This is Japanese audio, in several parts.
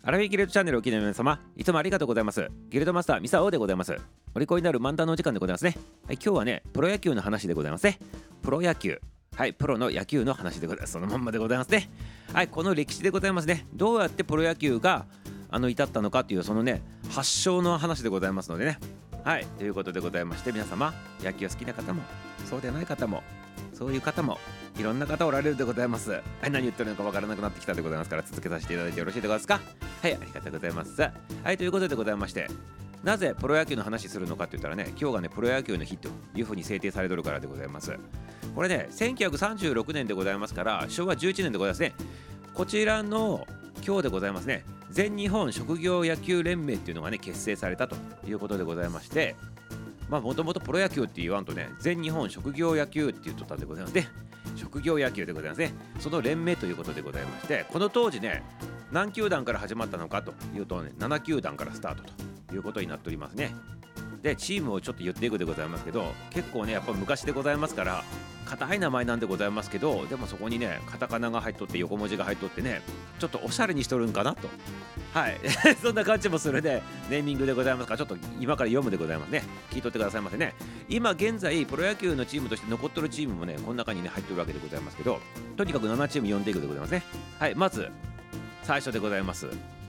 アラフィギルドチャンネルをお聞きの皆様、いつもありがとうございます。ギルドマスターミサオでございます。お利口になる漫談のお時間でございますね。はい、今日はね、プロ野球の話でございますね。プロ野球。はい、プロの野球の話でございます。そのまんまでございますね。はい、この歴史でございますね。どうやってプロ野球が至ったのかというそのね、発祥の話でございますのでね。はい、ということでございまして、皆様、野球好きな方も、そうでない方も、そういう方もいろんな方おられるでございます。はい、何言ってるのかわからなくなってきたでございますから、続けさせていただいてよろしいでございますか。はい、ありがとうございます。はい、ということでございまして、なぜプロ野球の話するのかって言ったらね、今日がねプロ野球の日というふうに制定されてるからでございます。これね、1936年でございますから、昭和11年でございますね。こちらの今日でございますね、全日本職業野球連盟っていうのがね結成されたということでございまして、もともとプロ野球って言わんとね、全日本職業野球って言っとったんでございますね。職業野球でございますね。その連盟ということでございまして、この当時ね、何球団から始まったのかというとね、7球団からスタートということになっておりますね。で、チームをちょっと言っていくでございますけど、結構ね、やっぱ昔でございますから、硬い名前なんでございますけど、でもそこにね、カタカナが入っとって横文字が入っとってね、ちょっとおしゃれにしとるんかなと。はい。そんな感じもするね、ネーミングでございますから、ちょっと今から読むでございますね。聞いとってくださいませね。今現在、プロ野球のチームとして残ってるチームもね、この中にね、入ってるわけでございますけど、とにかく7チーム読んでいくでございますね。はい。まず、最初でございます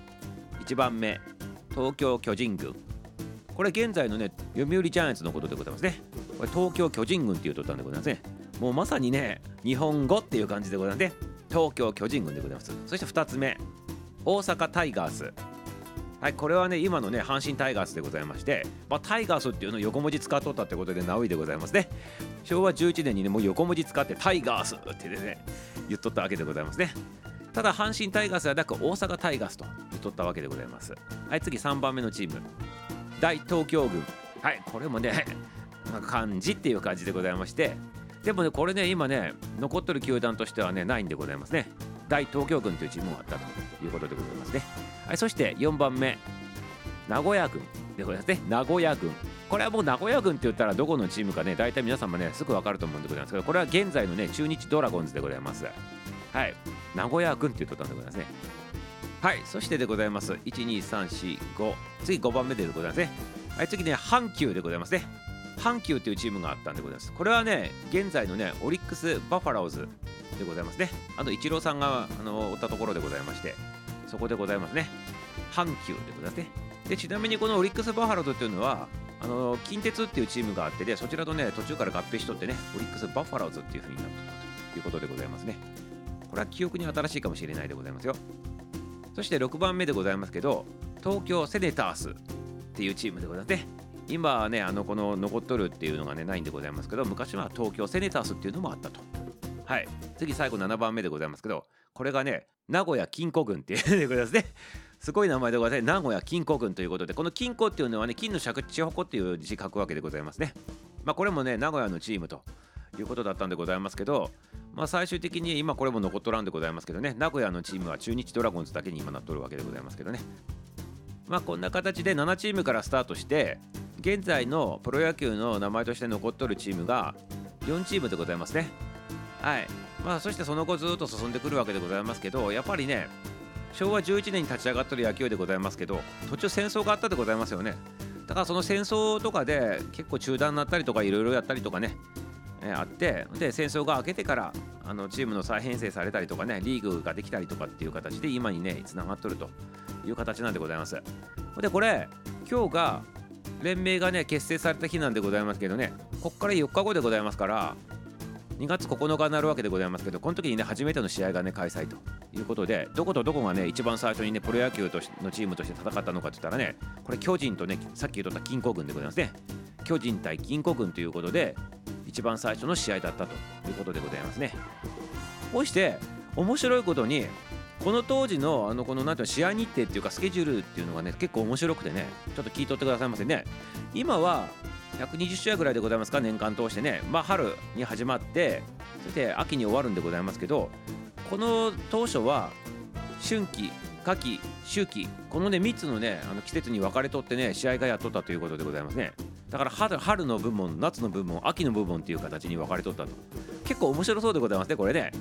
。1番目、東京巨人軍。これ現在のね、読売ジャイアンツのことでございますね。これ東京巨人軍って言うとったんでございますね。もうまさにね、日本語っていう感じでございますね。東京巨人軍でございます。そして2つ目、大阪タイガース。はい、これはね、今のね、阪神タイガースでございまして、タイガースっていうのを横文字使っとったってことでナウイでございますね。昭和11年にね、もう横文字使ってタイガースってね、言っとったわけでございますね。ただ阪神タイガースではなく大阪タイガースと言っとったわけでございます。はい、次3番目のチーム、大東京軍。はい、これもね、漢字っていう感じでございまして、でもね、これね、今ね、残ってる球団としてはね、ないんでございますね。大東京軍というチームがあったということでございますね。はい、そして4番目、名古屋軍でございますね。名古屋軍。これはもう名古屋軍って言ったらどこのチームかね、大体皆様ね、すぐ分かると思うんでございますけど、これは現在のね、中日ドラゴンズでございます。はい、名古屋軍って言っとったんでございますね。はい、そしてでございます。1、2、3、4、5。次5番目でございますね。はい、次ね、阪急でございますね。阪急というチームがあったんでございます。これはね、現在のね、オリックス・バファローズでございますね。イチローさんがおったところでございまして、そこでございますね。阪急でございますね。で、ちなみにこのオリックス・バファローズっていうのは、近鉄っていうチームがあってで、そちらとね、途中から合併しとってね、オリックス・バファローズっていう風になってたということでございますね。これは記憶に新しいかもしれないでございますよ。そして6番目でございますけど、東京セネタースっていうチームでございますね。今はね、この残っとるっていうのがね、ないんでございますけど、昔は東京セネタースっていうのもあったと。はい。次最後7番目でございますけど、これがね、名古屋金庫軍っていうでございますね。すごい名前でございますね。名古屋金庫軍ということで、この金庫っていうのはね、金の借地箱っていう字書くわけでございますね。これもね、名古屋のチームということだったんでございますけど、最終的に今これも残っとらんでございますけどね、名古屋のチームは中日ドラゴンズだけに今なっとるわけでございますけどね。こんな形で7チームからスタートして、現在のプロ野球の名前として残っとるチームが4チームでございますね。はい。そしてその後ずっと進んでくるわけでございますけど、やっぱりね、昭和11年に立ち上がってる野球でございますけど、途中戦争があったでございますよね。だからその戦争とかで結構中断になったりとかいろいろやったりとかね、あって、で戦争が明けてからチームの再編成されたりとかね、リーグができたりとかっていう形で今にねつながっとるという形なんでございます。でこれ今日が連盟がね結成された日なんでございますけどね、こっから4日後でございますから2月9日になるわけでございますけど、この時にね初めての試合がね開催ということで、どことどこがね一番最初にねプロ野球のチームとして戦ったのかって言ったらね、これ巨人とね、さっき言っとった金庫軍でございますね。巨人対金庫軍ということで一番最初の試合だったということでございますね。こうして面白いことに、この当時のこのなんていうの試合日程っていうかスケジュールっていうのがね結構面白くてね、ちょっと聞いとってくださいませね。今は120試合ぐらいでございますか、年間通してね。春に始まってそして秋に終わるんでございますけど、この当初は春季夏季秋季、このね3つのね季節に分かれとってね試合がやっとったということでございますね。だから春の部門、夏の部門、秋の部門っていう形に分かれとったと。結構面白そうでございますね、これね。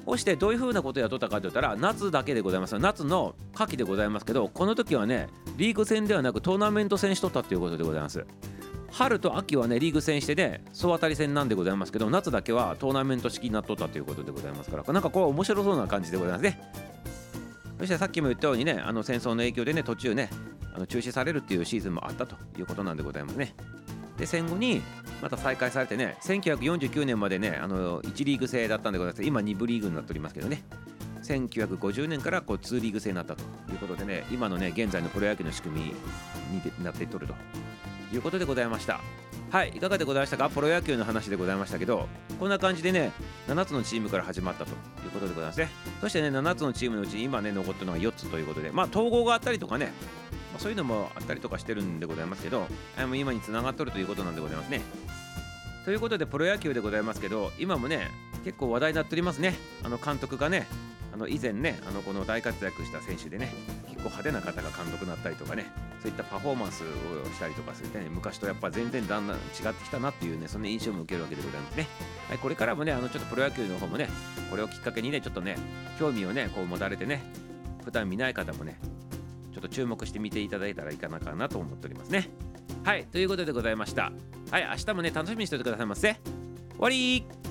そしてどういう風なことをやっとったかと言ったら、夏だけでございます。夏の夏季でございますけど、この時はねリーグ戦ではなくトーナメント戦しとったということでございます。春と秋はねリーグ戦してで総当たり戦なんでございますけど、夏だけはトーナメント式になっとったということでございますから、なんかこれ面白そうな感じでございますね。そしてさっきも言ったようにね、戦争の影響でね途中ね中止されるっていうシーズンもあったということなんでございますね。で戦後にまた再開されてね、1949年までね1リーグ制だったんでございます。今2部リーグになっておりますけどね、1950年から2リーグ制になったということでね、今のね現在のプロ野球の仕組みになっていっとるということでございました。はい、いかがでございましたか。プロ野球の話でございましたけど、こんな感じでね7つのチームから始まったということでございますね。そしてね7つのチームのうち今ね残ってるのが4つということで、統合があったりとかね、そういうのもあったりとかしてるんでございますけど、今につながっとるということなんでございますね。ということでプロ野球でございますけど、今もね結構話題になっておりますね。監督がね以前ねこの大活躍した選手でね、結構派手な方が監督になったりとかね、そういったパフォーマンスをしたりとかするとね、昔とやっぱ全然だんだん違ってきたなっていうね、そんな印象も受けるわけでございますね。はい、これからもねちょっとプロ野球の方もね、これをきっかけにねちょっとね興味をねこう持たれてね、普段見ない方もねちょっと注目して見ていただいたらいいかなと思っておりますね。はい、ということでございました。はい、明日もね楽しみにしておいてくださいませ。終わりー。